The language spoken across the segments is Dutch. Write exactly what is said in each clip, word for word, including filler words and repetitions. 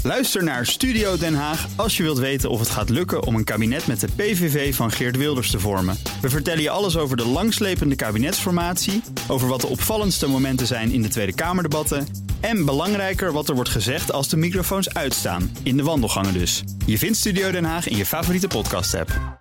Luister naar Studio Den Haag als je wilt weten of het gaat lukken om een kabinet met de P V V van Geert Wilders te vormen. We vertellen je alles over de langslepende kabinetsformatie, over wat de opvallendste momenten zijn in de Tweede Kamerdebatten en belangrijker wat er wordt gezegd als de microfoons uitstaan, in de wandelgangen dus. Je vindt Studio Den Haag in je favoriete podcast-app.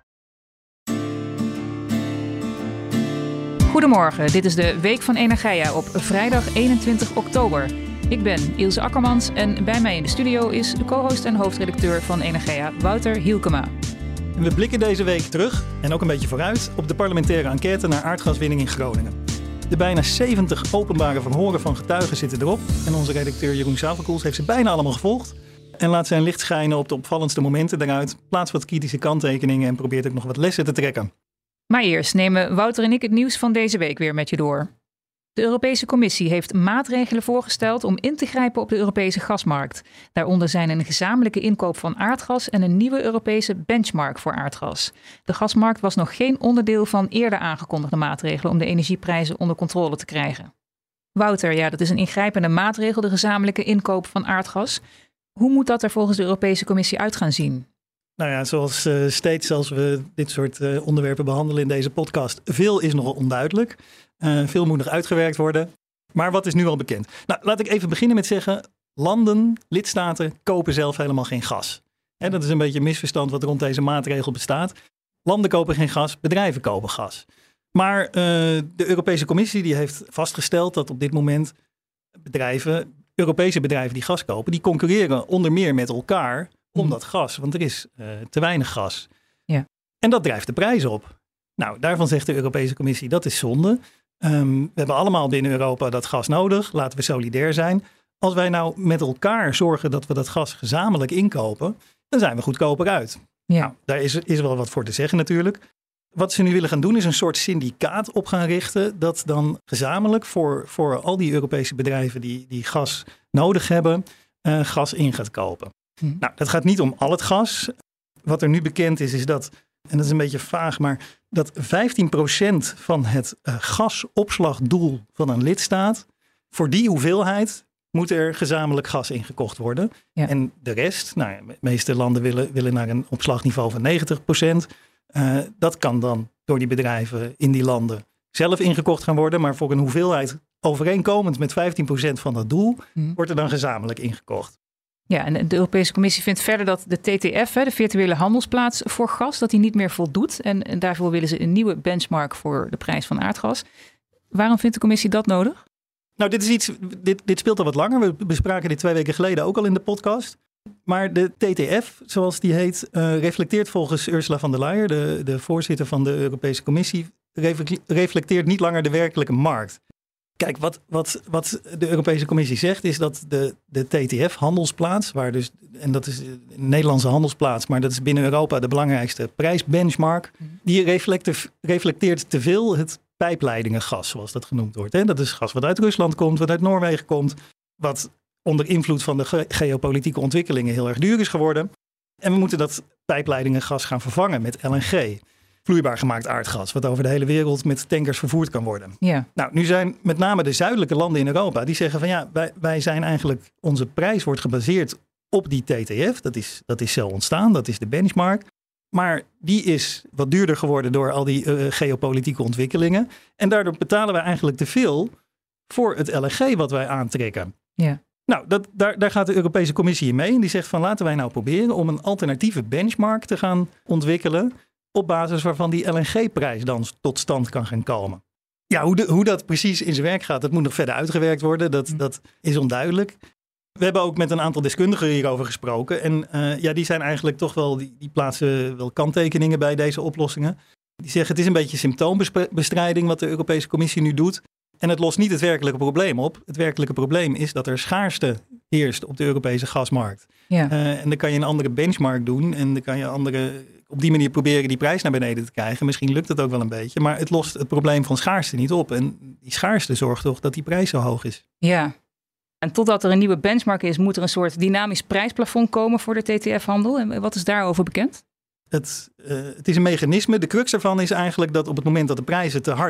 Goedemorgen, dit is de Week van Energia op vrijdag eenentwintig oktober. Ik ben Ilse Akkermans en bij mij in de studio is de co-host en hoofdredacteur van Energia, Wouter Hielkema. En we blikken deze week terug en ook een beetje vooruit op de parlementaire enquête naar aardgaswinning in Groningen. De bijna zeventig openbare verhoren van getuigen zitten erop en onze redacteur Jeroen Sauverkoels heeft ze bijna allemaal gevolgd. En laat zijn licht schijnen op de opvallendste momenten daaruit, plaatst wat kritische kanttekeningen en probeert ook nog wat lessen te trekken. Maar eerst nemen Wouter en ik het nieuws van deze week weer met je door. De Europese Commissie heeft maatregelen voorgesteld om in te grijpen op de Europese gasmarkt. Daaronder zijn een gezamenlijke inkoop van aardgas en een nieuwe Europese benchmark voor aardgas. De gasmarkt was nog geen onderdeel van eerder aangekondigde maatregelen om de energieprijzen onder controle te krijgen. Wouter, ja, dat is een ingrijpende maatregel, de gezamenlijke inkoop van aardgas. Hoe moet dat er volgens de Europese Commissie uit gaan zien? Nou ja, zoals uh, steeds als we dit soort uh, onderwerpen behandelen in deze podcast, veel is nog onduidelijk. Uh, veel moet nog uitgewerkt worden. Maar wat is nu al bekend? Nou, laat ik even beginnen met zeggen, landen, lidstaten kopen zelf helemaal geen gas. Hè, dat is een beetje een misverstand wat rond deze maatregel bestaat. Landen kopen geen gas, bedrijven kopen gas. Maar uh, de Europese Commissie die heeft vastgesteld dat op dit moment bedrijven, Europese bedrijven die gas kopen, die concurreren onder meer met elkaar om dat gas, want er is uh, te weinig gas. Ja. En dat drijft de prijs op. Nou, daarvan zegt de Europese Commissie, dat is zonde. Um, we hebben allemaal binnen Europa dat gas nodig. Laten we solidair zijn. Als wij nou met elkaar zorgen dat we dat gas gezamenlijk inkopen, dan zijn we goedkoper uit. Ja. Nou, daar is, is wel wat voor te zeggen natuurlijk. Wat ze nu willen gaan doen is een soort syndicaat op gaan richten, dat dan gezamenlijk voor, voor al die Europese bedrijven die, die gas nodig hebben, uh, gas in gaat kopen. Hm. Nou, dat gaat niet om al het gas. Wat er nu bekend is, is dat, en dat is een beetje vaag, maar dat vijftien procent van het uh, gasopslagdoel van een lidstaat, voor die hoeveelheid moet er gezamenlijk gas ingekocht worden. Ja. En de rest, nou ja, de meeste landen willen, willen naar een opslagniveau van negentig procent. Uh, dat kan dan door die bedrijven in die landen zelf ingekocht gaan worden, maar voor een hoeveelheid overeenkomend met vijftien procent van dat doel, hm. wordt er dan gezamenlijk ingekocht. Ja, en de Europese Commissie vindt verder dat de T T F, de virtuele handelsplaats voor gas, dat die niet meer voldoet. En, en daarvoor willen ze een nieuwe benchmark voor de prijs van aardgas. Waarom vindt de Commissie dat nodig? Nou, dit is iets, dit, dit speelt al wat langer. We bespraken dit twee weken geleden ook al in de podcast. Maar de T T F, zoals die heet, uh, reflecteert volgens Ursula von der Leyen, de, de voorzitter van de Europese Commissie, reflecteert niet langer de werkelijke markt. Kijk, wat, wat, wat de Europese Commissie zegt is dat de, de T T F-handelsplaats, waar dus, en dat is een Nederlandse handelsplaats, maar dat is binnen Europa de belangrijkste prijsbenchmark, die reflecteert, reflecteert te veel het pijpleidingengas, zoals dat genoemd wordt. Hè? Dat is gas wat uit Rusland komt, wat uit Noorwegen komt, wat onder invloed van de ge- geopolitieke ontwikkelingen heel erg duur is geworden. En we moeten dat pijpleidingengas gaan vervangen met L N G. Vloeibaar gemaakt aardgas, wat over de hele wereld met tankers vervoerd kan worden. Ja. Nou, nu zijn met name de zuidelijke landen in Europa, die zeggen van ja, wij, wij zijn eigenlijk, onze prijs wordt gebaseerd op die T T F. Dat is, dat is zo ontstaan, dat is de benchmark. Maar die is wat duurder geworden door al die uh, geopolitieke ontwikkelingen. En daardoor betalen wij eigenlijk te veel voor het L N G wat wij aantrekken. Ja. Nou, dat, daar, daar gaat de Europese Commissie in mee. En die zegt van laten wij nou proberen om een alternatieve benchmark te gaan ontwikkelen, op basis waarvan die L N G-prijs dan tot stand kan gaan komen. Ja, hoe, de, hoe dat precies in zijn werk gaat, dat moet nog verder uitgewerkt worden. Dat, dat is onduidelijk. We hebben ook met een aantal deskundigen hierover gesproken. En uh, ja, die zijn eigenlijk toch wel, die, die plaatsen wel kanttekeningen bij deze oplossingen. Die zeggen het is een beetje symptoombestrijding wat de Europese Commissie nu doet. En het lost niet het werkelijke probleem op. Het werkelijke probleem is dat er schaarste heerst op de Europese gasmarkt. Ja. Uh, en dan kan je een andere benchmark doen en dan kan je andere, op die manier proberen die prijs naar beneden te krijgen. Misschien lukt het ook wel een beetje, maar het lost het probleem van schaarste niet op. En die schaarste zorgt toch dat die prijs zo hoog is. Ja. En totdat er een nieuwe benchmark is, moet er een soort dynamisch prijsplafond komen voor de T T F-handel. En wat is daarover bekend? Het, uh, het is een mechanisme. De crux ervan is eigenlijk dat op het moment dat de prijzen te hard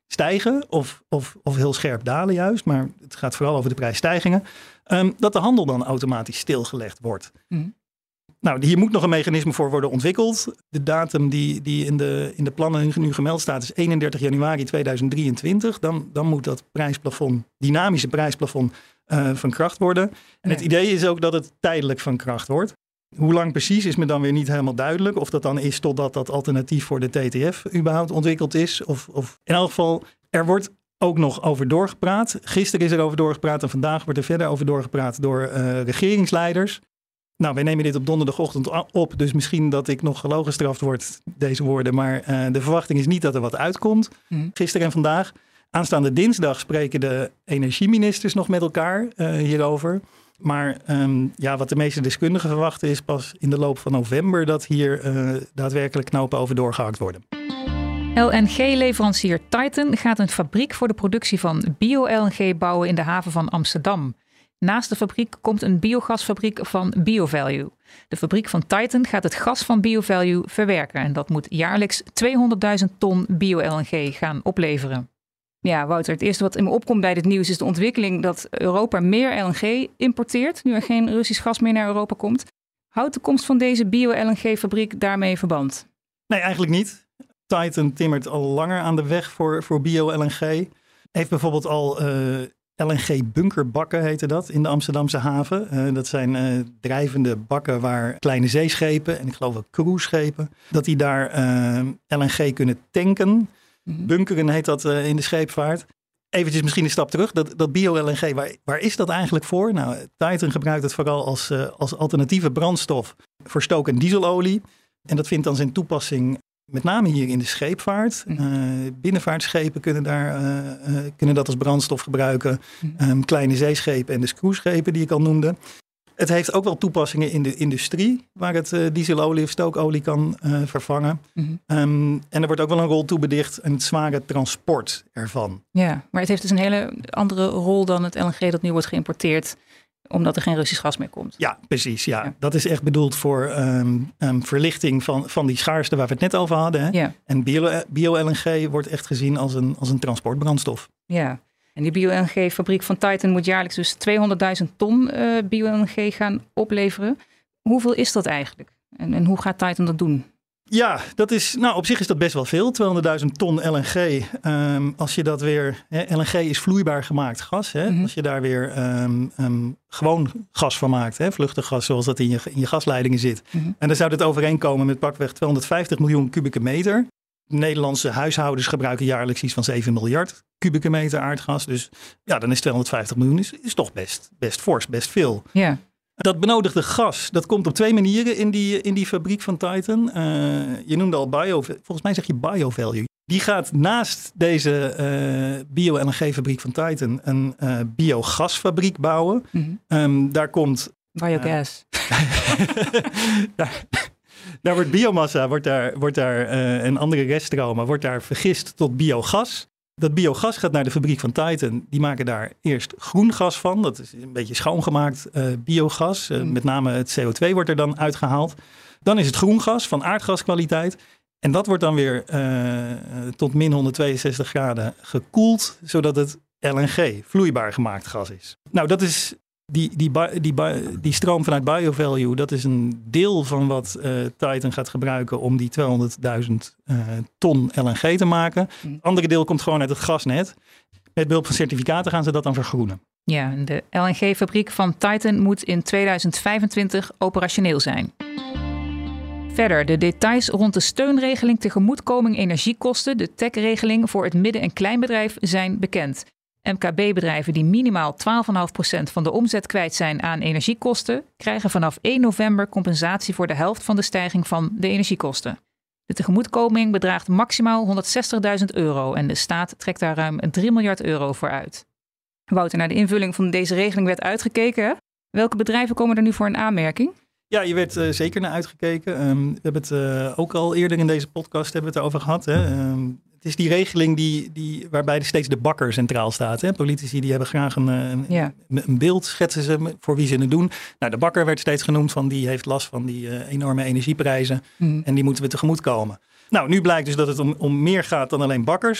stijgen of, of, of heel scherp dalen juist, maar het gaat vooral over de prijsstijgingen, um, dat de handel dan automatisch stilgelegd wordt. Mm. Nou, hier moet nog een mechanisme voor worden ontwikkeld. De datum die, die in, de, in de plannen nu gemeld staat is eenendertig januari tweeduizend drieëntwintig. Dan, dan moet dat prijsplafond, dynamische prijsplafond uh, van kracht worden. En ja. Het idee is ook dat het tijdelijk van kracht wordt. Hoe lang precies is me dan weer niet helemaal duidelijk. Of dat dan is totdat dat alternatief voor de T T F überhaupt ontwikkeld is. Of, of in elk geval, er wordt ook nog over doorgepraat. Gisteren is er over doorgepraat en vandaag wordt er verder over doorgepraat door uh, regeringsleiders. Nou, wij nemen dit op donderdagochtend op, dus misschien dat ik nog gelogenstraft word, deze woorden. Maar uh, de verwachting is niet dat er wat uitkomt, mm. gisteren en vandaag. Aanstaande dinsdag spreken de energieministers nog met elkaar uh, hierover. Maar um, ja, wat de meeste deskundigen verwachten is pas in de loop van november dat hier uh, daadwerkelijk knopen over doorgehakt worden. L N G-leverancier Titan gaat een fabriek voor de productie van bio-L N G bouwen in de haven van Amsterdam. Naast de fabriek komt een biogasfabriek van BioValue. De fabriek van Titan gaat het gas van BioValue verwerken en dat moet jaarlijks tweehonderdduizend ton bio-L N G gaan opleveren. Ja, Wouter, het eerste wat in me opkomt bij dit nieuws is de ontwikkeling dat Europa meer L N G importeert, nu er geen Russisch gas meer naar Europa komt. Houdt de komst van deze bio-L N G-fabriek daarmee verband? Nee, eigenlijk niet. Titan timmert al langer aan de weg voor, voor bio-L N G. Heeft bijvoorbeeld al uh, L N G-bunkerbakken, heette dat, in de Amsterdamse haven. Uh, dat zijn uh, drijvende bakken waar kleine zeeschepen en ik geloof ook cruiseschepen, dat die daar uh, L N G kunnen tanken. Bunkeren heet dat uh, in de scheepvaart. Eventjes misschien een stap terug. Dat, dat bio-L N G, waar, waar is dat eigenlijk voor? Nou, Titan gebruikt het vooral als, uh, als alternatieve brandstof voor stook- en dieselolie. En dat vindt dan zijn toepassing met name hier in de scheepvaart. Uh, binnenvaartschepen kunnen, daar, uh, uh, kunnen dat als brandstof gebruiken. Um, kleine zeeschepen en de cruiseschepen die ik al noemde. Het heeft ook wel toepassingen in de industrie, waar het uh, dieselolie of stookolie kan uh, vervangen. Mm-hmm. Um, en er wordt ook wel een rol toebedicht aan het zware transport ervan. Ja, maar het heeft dus een hele andere rol dan het L N G dat nu wordt geïmporteerd, omdat er geen Russisch gas meer komt. Ja, precies. Ja. Ja. Dat is echt bedoeld voor um, um, verlichting van, van die schaarste waar we het net over hadden. Hè? Ja. En bio, bio-L N G wordt echt gezien als een, als een transportbrandstof. Ja. En die bio-L N G-fabriek van Titan moet jaarlijks dus tweehonderdduizend ton uh, bio-L N G gaan opleveren. Hoeveel is dat eigenlijk? En, en hoe gaat Titan dat doen? Ja, dat is, nou, op zich is dat best wel veel. tweehonderdduizend ton L N G. Um, als je dat weer... Hè, L N G is vloeibaar gemaakt gas. Hè? Mm-hmm. Als je daar weer um, um, gewoon gas van maakt. Hè? Vluchtig gas zoals dat in je, in je gasleidingen zit. Mm-hmm. En dan zou dit overeenkomen met pakweg tweehonderdvijftig miljoen kubieke meter. Nederlandse huishoudens gebruiken jaarlijks iets van zeven miljard kubieke meter aardgas. Dus ja, dan is tweehonderdvijftig miljoen is, is toch best, best fors, best veel. Ja. Dat benodigde gas, dat komt op twee manieren in die, in die fabriek van Titan. Uh, je noemde al bio, volgens mij zeg je BioValue. Die gaat naast deze uh, bio-L N G-fabriek van Titan een uh, biogasfabriek bouwen. Mm-hmm. Um, daar komt... Biogas. Uh, daar, daar wordt biomassa wordt daar, wordt daar, uh, en andere reststromen wordt daar vergist tot biogas. Dat biogas gaat naar de fabriek van Titan. Die maken daar eerst groen gas van. Dat is een beetje schoongemaakt uh, biogas. Uh, mm. Met name het C O twee wordt er dan uitgehaald. Dan is het groen gas van aardgaskwaliteit. En dat wordt dan weer uh, tot min honderdtweeënzestig graden gekoeld. Zodat het L N G, vloeibaar gemaakt gas is. Nou, dat is die, die, die, die, die stroom vanuit BioValue. Dat is een deel van wat uh, Titan gaat gebruiken om die tweehonderdduizend uh, ton L N G te maken. Het andere deel komt gewoon uit het gasnet. Met behulp van certificaten gaan ze dat dan vergroenen. Ja, de L N G-fabriek van Titan moet in tweeduizend vijfentwintig operationeel zijn. Verder, de details rond de steunregeling tegemoetkoming energiekosten, de T E C-regeling voor het midden- en kleinbedrijf, zijn bekend. M K B-bedrijven die minimaal twaalf komma vijf procent van de omzet kwijt zijn aan energiekosten, krijgen vanaf één november compensatie voor de helft van de stijging van de energiekosten. De tegemoetkoming bedraagt maximaal honderdzestigduizend euro en de staat trekt daar ruim drie miljard euro voor uit. Wouter, naar de invulling van deze regeling werd uitgekeken. Hè? Welke bedrijven komen er nu voor een aanmerking? Ja, je werd uh, zeker naar uitgekeken. Um, we hebben het uh, ook al eerder in deze podcast hebben we het over gehad. Hè? Um, het is die regeling die, die, waarbij steeds de bakker centraal staat. Hè? Politici die hebben graag een, een, ja. een beeld, schetsen ze voor wie ze het doen. Nou, de bakker werd steeds genoemd van die heeft last van die uh, enorme energieprijzen. Mm. En die moeten we tegemoet komen. Nou, nu blijkt dus dat het om, om meer gaat dan alleen bakkers.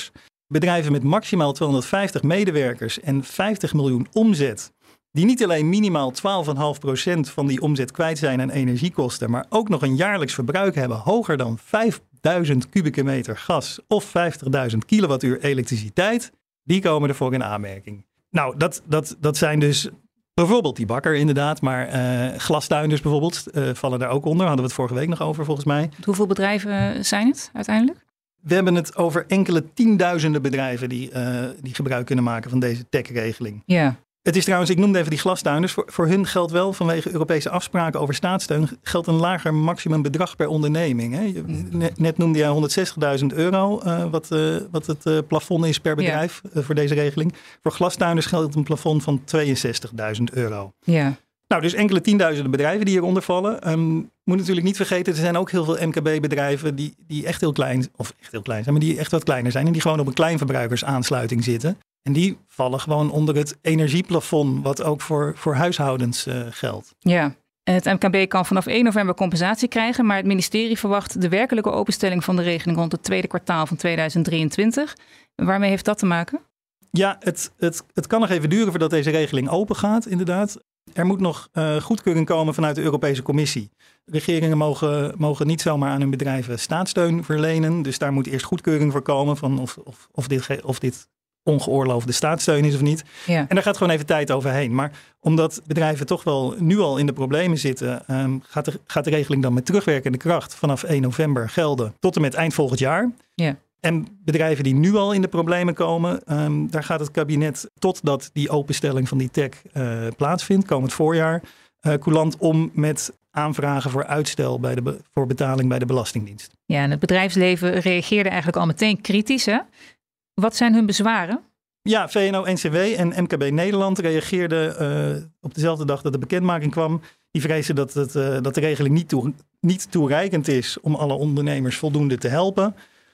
bedrijven met maximaal tweehonderdvijftig medewerkers en vijftig miljoen omzet, die niet alleen minimaal twaalf komma vijf procent van die omzet kwijt zijn aan energiekosten, maar ook nog een jaarlijks verbruik hebben hoger dan vijfduizend kubieke meter gas of vijftigduizend kilowattuur elektriciteit, die komen ervoor in aanmerking. Nou, dat, dat, dat zijn dus bijvoorbeeld die bakker inderdaad, maar uh, glastuinders bijvoorbeeld uh, vallen daar ook onder. Hadden we het vorige week nog over volgens mij. Hoeveel bedrijven zijn het uiteindelijk? We hebben het over enkele tienduizenden bedrijven die, uh, die gebruik kunnen maken van deze tech-regeling. Ja. Het is trouwens, ik noemde even die glastuinders. Voor, voor hun geldt wel vanwege Europese afspraken over staatssteun geldt een lager maximumbedrag per onderneming. Hè. Je, net, net noemde jij honderdzestigduizend euro uh, wat, uh, wat het uh, plafond is per bedrijf ja. uh, voor deze regeling. Voor glastuinders geldt een plafond van tweeënzestigduizend euro. Ja. Nou, dus enkele tienduizenden bedrijven die hieronder vallen. Um, moet natuurlijk niet vergeten, er zijn ook heel veel M K B-bedrijven die, die echt heel klein, of echt heel klein zijn, maar die echt wat kleiner zijn en die gewoon op een kleinverbruikersaansluiting zitten. En die vallen gewoon onder het energieplafond, wat ook voor, voor huishoudens uh, geldt. Ja, het M K B kan vanaf één november compensatie krijgen, maar het ministerie verwacht de werkelijke openstelling van de regeling rond het tweede kwartaal van tweeduizend drieëntwintig. Waarmee heeft dat te maken? Ja, het, het, het kan nog even duren voordat deze regeling open gaat, inderdaad. Er moet nog uh, goedkeuring komen vanuit de Europese Commissie. Regeringen mogen, mogen niet zomaar aan hun bedrijven staatssteun verlenen. Dus daar moet eerst goedkeuring voor komen van of, of, of, dit, of dit ongeoorloofde staatssteun is of niet. Ja. En daar gaat gewoon even tijd overheen. Maar omdat bedrijven toch wel nu al in de problemen zitten, um, gaat, de, gaat de regeling dan met terugwerkende kracht vanaf één november gelden tot en met eind volgend jaar. Ja. En bedrijven die nu al in de problemen komen, um, daar gaat het kabinet, totdat die openstelling van die tech uh, plaatsvindt, komend voorjaar, uh, coulant om met aanvragen voor uitstel bij de be- voor betaling bij de Belastingdienst. Ja, en het bedrijfsleven reageerde eigenlijk al meteen kritisch, hè? Wat zijn hun bezwaren? Ja, V N O N C W en M K B Nederland reageerden uh, op dezelfde dag dat de bekendmaking kwam. Die vrezen dat, het, uh, dat de regeling niet, toe, niet toereikend is om alle ondernemers voldoende te helpen.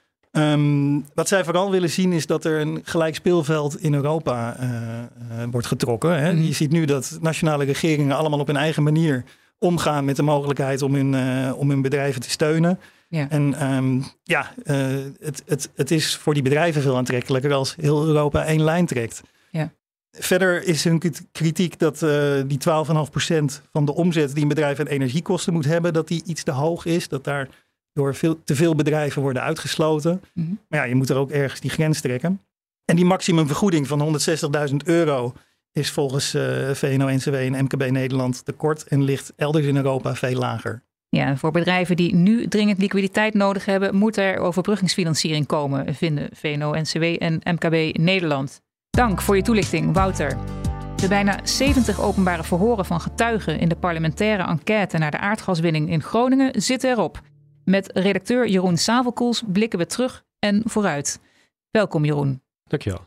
Um, wat zij vooral willen zien is dat er een gelijk speelveld in Europa uh, uh, wordt getrokken. Hè. Mm. Je ziet nu dat nationale regeringen allemaal op hun eigen manier omgaan met de mogelijkheid om hun, uh, om hun bedrijven te steunen. Ja. En um, ja, uh, het, het, het is voor die bedrijven veel aantrekkelijker als heel Europa één lijn trekt. Ja. Verder is hun kritiek dat uh, die twaalf komma vijf procent van de omzet die een bedrijf aan energiekosten moet hebben, dat die iets te hoog is. Dat daar door veel, te veel bedrijven worden uitgesloten. Mm-hmm. Maar ja, je moet er ook ergens die grens trekken. En die maximumvergoeding van honderdzestigduizend euro is volgens uh, V N O N C W en M K B Nederland te kort en ligt elders in Europa veel lager. Ja, voor bedrijven die nu dringend liquiditeit nodig hebben, moet er overbruggingsfinanciering komen, vinden V N O N C W en M K B Nederland. Dank voor je toelichting, Wouter. De bijna zeventig openbare verhoren van getuigen in de parlementaire enquête naar de aardgaswinning in Groningen zitten erop. Met redacteur Jeroen Savelkoels blikken we terug en vooruit. Welkom, Jeroen. Dankjewel.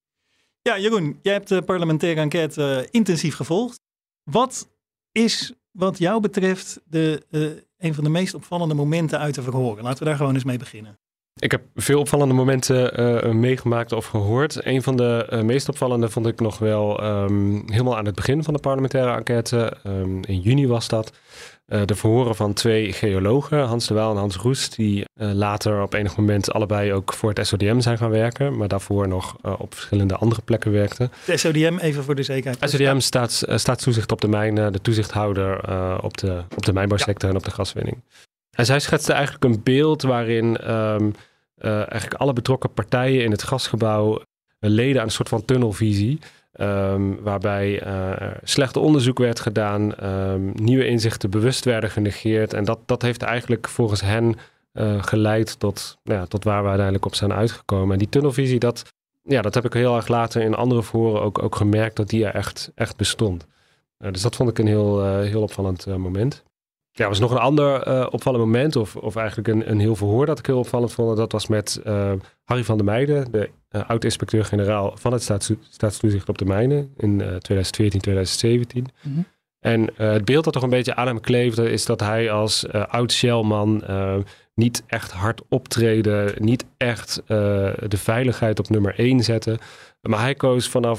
Ja, Jeroen, jij hebt de parlementaire enquête uh, intensief gevolgd. Wat is wat jou betreft de, uh, een van de meest opvallende momenten uit de verhoren? Laten we daar gewoon eens mee beginnen. Ik heb veel opvallende momenten uh, meegemaakt of gehoord. Een van de uh, meest opvallende vond ik nog wel um, helemaal aan het begin van de parlementaire enquête. Um, in juni was dat. Uh, de verhoren van twee geologen, Hans de Waal en Hans Roest, die uh, later op enig moment allebei ook voor het S O D M zijn gaan werken, maar daarvoor nog uh, op verschillende andere plekken werkten. De S O D M, even voor de zekerheid. S O D M staat uh, staatstoezicht op de mijnen, de toezichthouder uh, op, de, op de mijnbouwsector ja. en op de gaswinning. En zij schetste eigenlijk een beeld waarin um, uh, eigenlijk alle betrokken partijen in het gasgebouw uh, leden aan een soort van tunnelvisie. Um, waarbij uh, slecht onderzoek werd gedaan, um, nieuwe inzichten bewust werden genegeerd. En dat, dat heeft eigenlijk volgens hen uh, geleid tot, nou ja, tot waar we uiteindelijk op zijn uitgekomen. En die tunnelvisie, dat, ja, dat heb ik heel erg later in andere verhoren ook, ook gemerkt dat die er echt, echt bestond. Uh, dus dat vond ik een heel, uh, heel opvallend uh, moment. Ja, er was nog een ander uh, opvallend moment, of, of eigenlijk een, een heel verhoor dat ik heel opvallend vond. Dat was met uh, Harry van der Meijden, de uh, oud-inspecteur-generaal van het staatsto- staatstoezicht op de mijnen in uh, twintig veertien, twintig zeventien. Mm-hmm. En uh, het beeld dat toch een beetje aan hem kleefde, is dat hij als uh, oud-Shell-man uh, niet echt hard optreden, niet echt uh, de veiligheid op nummer één zette. Maar hij koos vanaf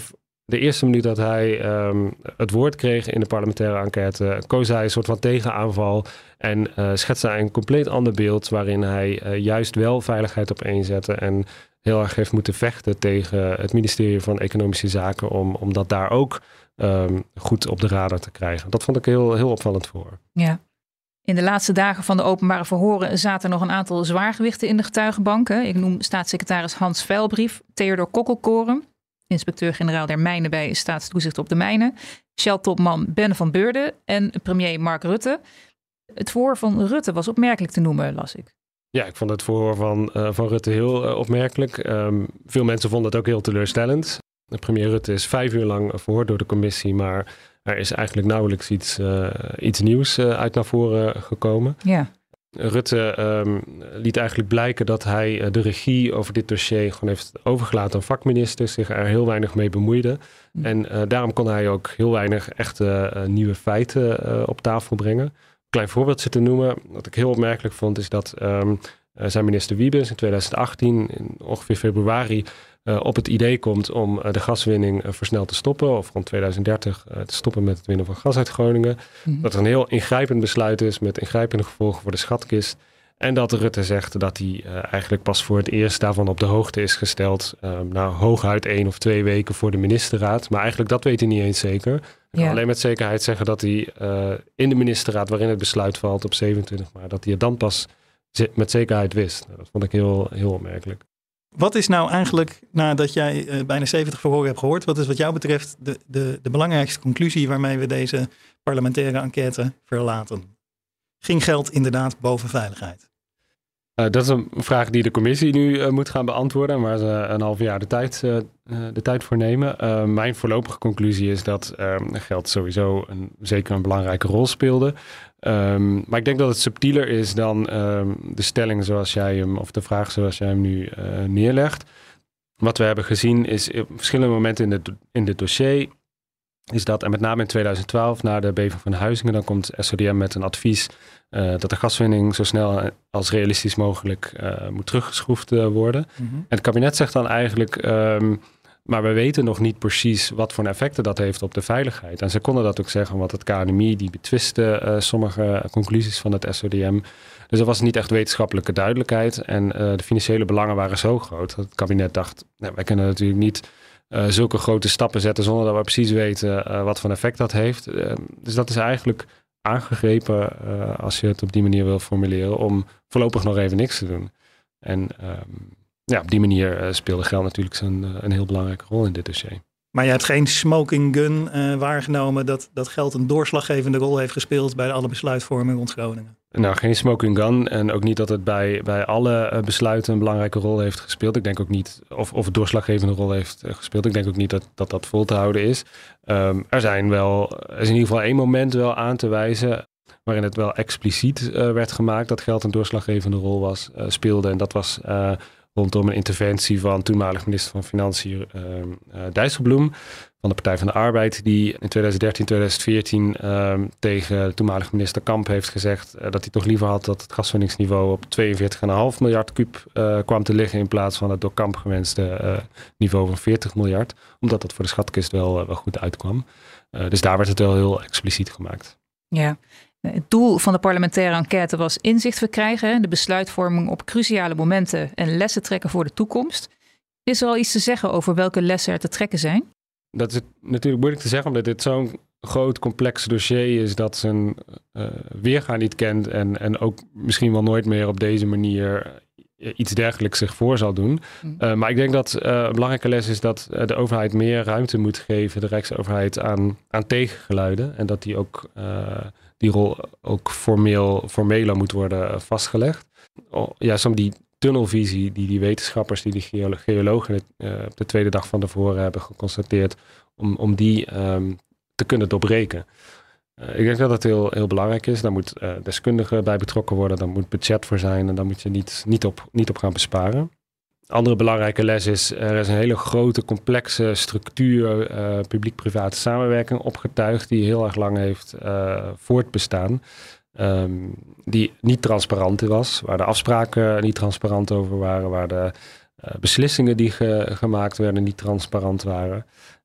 De eerste minuut dat hij um, het woord kreeg in de parlementaire enquête, koos hij een soort van tegenaanval en uh, schetste hij een compleet ander beeld waarin hij uh, juist wel veiligheid opeenzette en heel erg heeft moeten vechten tegen het ministerie van Economische Zaken om, om dat daar ook um, goed op de radar te krijgen. Dat vond ik heel, heel opvallend voor. Ja. In de laatste dagen van de openbare verhoren zaten nog een aantal zwaargewichten in de getuigenbanken. Ik noem staatssecretaris Hans Veilbrief, Theodor Kokkelkoren, inspecteur-generaal der Mijnen bij Staatstoezicht op de Mijnen, Shell-topman Ben van Beurden en premier Mark Rutte. Het verhoor van Rutte was opmerkelijk te noemen, las ik. Ja, ik vond het verhoor van, uh, van Rutte heel uh, opmerkelijk. Um, veel mensen vonden het ook heel teleurstellend. De premier Rutte is vijf uur lang verhoord door de commissie, maar er is eigenlijk nauwelijks iets, uh, iets nieuws uh, uit naar voren gekomen. Ja. Rutte um, liet eigenlijk blijken dat hij uh, de regie over dit dossier gewoon heeft overgelaten aan vakministers, zich er heel weinig mee bemoeide. Mm. En uh, daarom kon hij ook heel weinig echte uh, nieuwe feiten uh, op tafel brengen. Een klein voorbeeldje te noemen, wat ik heel opmerkelijk vond, is dat um, uh, zijn minister Wiebes in twintig achttien, in ongeveer februari, Uh, op het idee komt om uh, de gaswinning uh, versneld te stoppen, of rond twintig dertig uh, te stoppen met het winnen van gas uit Groningen. Mm-hmm. Dat er een heel ingrijpend besluit is met ingrijpende gevolgen voor de schatkist. En dat Rutte zegt dat hij uh, eigenlijk pas voor het eerst daarvan op de hoogte is gesteld. Uh, nou, hooguit één of twee weken voor de ministerraad. Maar eigenlijk dat weet hij niet eens zeker. Hij kan ja. alleen met zekerheid zeggen dat hij uh, in de ministerraad, waarin het besluit valt op zevenentwintig maart, dat hij het dan pas ze- met zekerheid wist. Nou, dat vond ik heel, heel opmerkelijk. Wat is nou eigenlijk, nadat jij uh, bijna zeventig verhoren hebt gehoord, wat is wat jou betreft de, de, de belangrijkste conclusie waarmee we deze parlementaire enquête verlaten? Ging geld inderdaad boven veiligheid? Uh, dat is een vraag die de commissie nu uh, moet gaan beantwoorden, waar ze een half jaar de tijd, uh, de tijd voor nemen. Uh, mijn voorlopige conclusie is dat uh, geld sowieso een, zeker een belangrijke rol speelde. Um, maar ik denk dat het subtieler is dan um, de stelling zoals jij hem, of de vraag zoals jij hem nu uh, neerlegt. Wat we hebben gezien is op verschillende momenten in, de, in dit dossier, is dat, en met name in twintig twaalf, na de beving van Huizingen, dan komt S O D M met een advies uh, dat de gaswinning zo snel als realistisch mogelijk uh, moet teruggeschroefd uh, worden. Mm-hmm. En het kabinet zegt dan eigenlijk, um, maar we weten nog niet precies wat voor effecten dat heeft op de veiligheid. En ze konden dat ook zeggen, want het K N M I die betwiste uh, sommige conclusies van het S O D M. Dus er was niet echt wetenschappelijke duidelijkheid. En uh, de financiële belangen waren zo groot dat het kabinet dacht, nou, wij kunnen natuurlijk niet Uh, zulke grote stappen zetten zonder dat we precies weten uh, wat voor effect dat heeft. Uh, dus dat is eigenlijk aangegrepen, uh, als je het op die manier wil formuleren, om voorlopig nog even niks te doen. En um, ja, op die manier uh, speelde geld natuurlijk een, uh, een heel belangrijke rol in dit dossier. Maar je hebt geen smoking gun uh, waargenomen dat, dat geld een doorslaggevende rol heeft gespeeld bij alle besluitvorming rond Groningen? Nou, geen smoking gun en ook niet dat het bij, bij alle uh, besluiten een belangrijke rol heeft gespeeld. Ik denk ook niet, of, of het doorslaggevende rol heeft uh, gespeeld. Ik denk ook niet dat dat, dat vol te houden is. Um, er zijn wel, er is in ieder geval één moment wel aan te wijzen waarin het wel expliciet uh, werd gemaakt dat geld een doorslaggevende rol was, uh, speelde. En dat was uh, rondom een interventie van toenmalig minister van Financiën uh, uh, Dijsselbloem van de Partij van de Arbeid, die in twintig dertien, twintig veertien uh, tegen de toenmalige minister Kamp heeft gezegd uh, dat hij toch liever had dat het gaswinningsniveau op tweeënveertig komma vijf miljard kuub uh, kwam te liggen in plaats van het door Kamp gewenste uh, niveau van veertig miljard. Omdat dat voor de schatkist wel, uh, wel goed uitkwam. Uh, dus daar werd het wel heel expliciet gemaakt. Ja. Het doel van de parlementaire enquête was inzicht verkrijgen, de besluitvorming op cruciale momenten en lessen trekken voor de toekomst. Is er al iets te zeggen over welke lessen er te trekken zijn? Dat is natuurlijk moeilijk te zeggen, omdat dit zo'n groot, complex dossier is dat zijn uh, weerga niet kent en, en ook misschien wel nooit meer op deze manier iets dergelijks zich voor zal doen. Mm. Uh, maar ik denk dat uh, een belangrijke les is dat uh, de overheid meer ruimte moet geven, de Rijksoverheid, aan, aan tegengeluiden. En dat die ook uh, die rol ook formeel, formeler moet worden vastgelegd. Oh, juist om die tunnelvisie die die wetenschappers, die die geolo- geologen uh, op de tweede dag van de verhoren hebben geconstateerd, om, om die um, te kunnen doorbreken. Uh, ik denk dat dat heel, heel belangrijk is. Daar moet uh, deskundigen bij betrokken worden, daar moet budget voor zijn en daar moet je niet, niet, op, niet op gaan besparen. Andere belangrijke les is, er is een hele grote, complexe structuur, uh, publiek-private samenwerking opgetuigd, die heel erg lang heeft uh, voortbestaan. Um, die niet transparant was, waar de afspraken niet transparant over waren, waar de uh, beslissingen die ge, gemaakt werden niet transparant waren.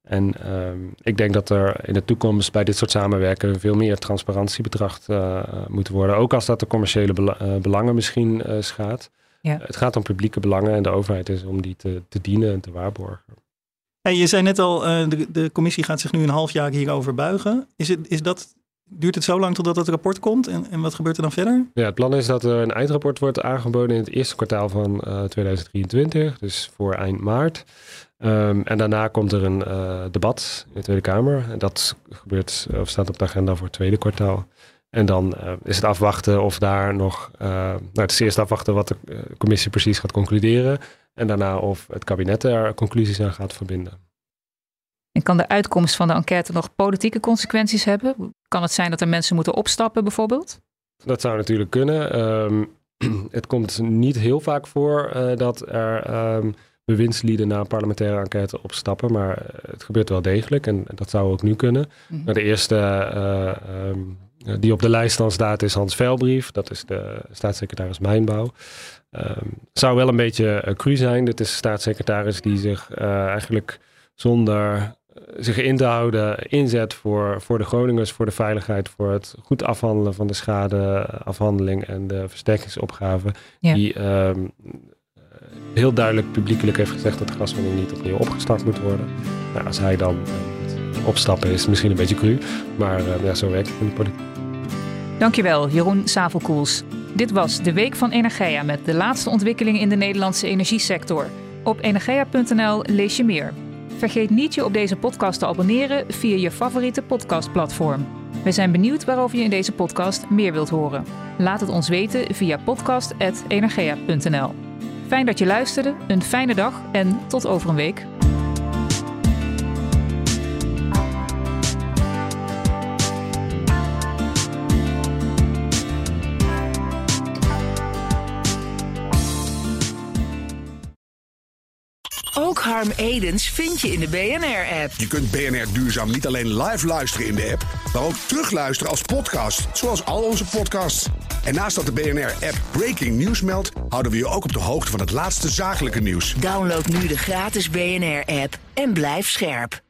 En um, ik denk dat er in de toekomst bij dit soort samenwerken veel meer transparantie betracht uh, moet worden. Ook als dat de commerciële bela- uh, belangen misschien uh, schaadt. Ja. Uh, het gaat om publieke belangen en de overheid is om die te, te dienen en te waarborgen. Hey, je zei net al, uh, de, de commissie gaat zich nu een half jaar hierover buigen. Is het, is dat, duurt het zo lang totdat het rapport komt? En, en wat gebeurt er dan verder? Ja, het plan is dat er een eindrapport wordt aangeboden in het eerste kwartaal van uh, tweeduizend drieëntwintig. Dus voor eind maart. Um, en daarna komt er een uh, debat in de Tweede Kamer. En dat gebeurt, of staat op de agenda voor het tweede kwartaal. En dan uh, is het afwachten of daar nog... Uh, nou, het is eerst afwachten wat de uh, commissie precies gaat concluderen. En daarna of het kabinet er conclusies aan gaat verbinden. En kan de uitkomst van de enquête nog politieke consequenties hebben? Kan het zijn dat er mensen moeten opstappen bijvoorbeeld? Dat zou natuurlijk kunnen. Um, het komt niet heel vaak voor uh, dat er... Um, bewindslieden na een parlementaire enquête opstappen. Maar het gebeurt wel degelijk en dat zou ook nu kunnen. Mm-hmm. Maar de eerste uh, um, die op de lijst dan staat is Hans Veilbrief. Dat is de staatssecretaris Mijnbouw. Um, zou wel een beetje uh, cru zijn. Dit is een staatssecretaris die zich uh, eigenlijk zonder uh, zich in te houden inzet voor, voor de Groningers, voor de veiligheid, voor het goed afhandelen van de schadeafhandeling en de versterkingsopgave. Ja. Die um, heel duidelijk publiekelijk heeft gezegd dat de gaswinning niet opnieuw opgestart moet worden. Nou, als hij dan uh, opstappen is het misschien een beetje cru, maar uh, ja, zo werkt het in de politiek. Dankjewel, Jeroen Savelkoels. Dit was de Week van Energia met de laatste ontwikkelingen in de Nederlandse energiesector. Op energia punt n l lees je meer. Vergeet niet je op deze podcast te abonneren via je favoriete podcastplatform. We zijn benieuwd waarover je in deze podcast meer wilt horen. Laat het ons weten via podcast punt energia punt n l. Fijn dat je luisterde, een fijne dag en tot over een week. Ook Harm Edens vind je in de B N R-app. Je kunt B N R Duurzaam niet alleen live luisteren in de app, maar ook terugluisteren als podcast, zoals al onze podcasts. En naast dat de B N R-app Breaking News meldt, houden we je ook op de hoogte van het laatste zakelijke nieuws. Download nu de gratis B N R-app en blijf scherp.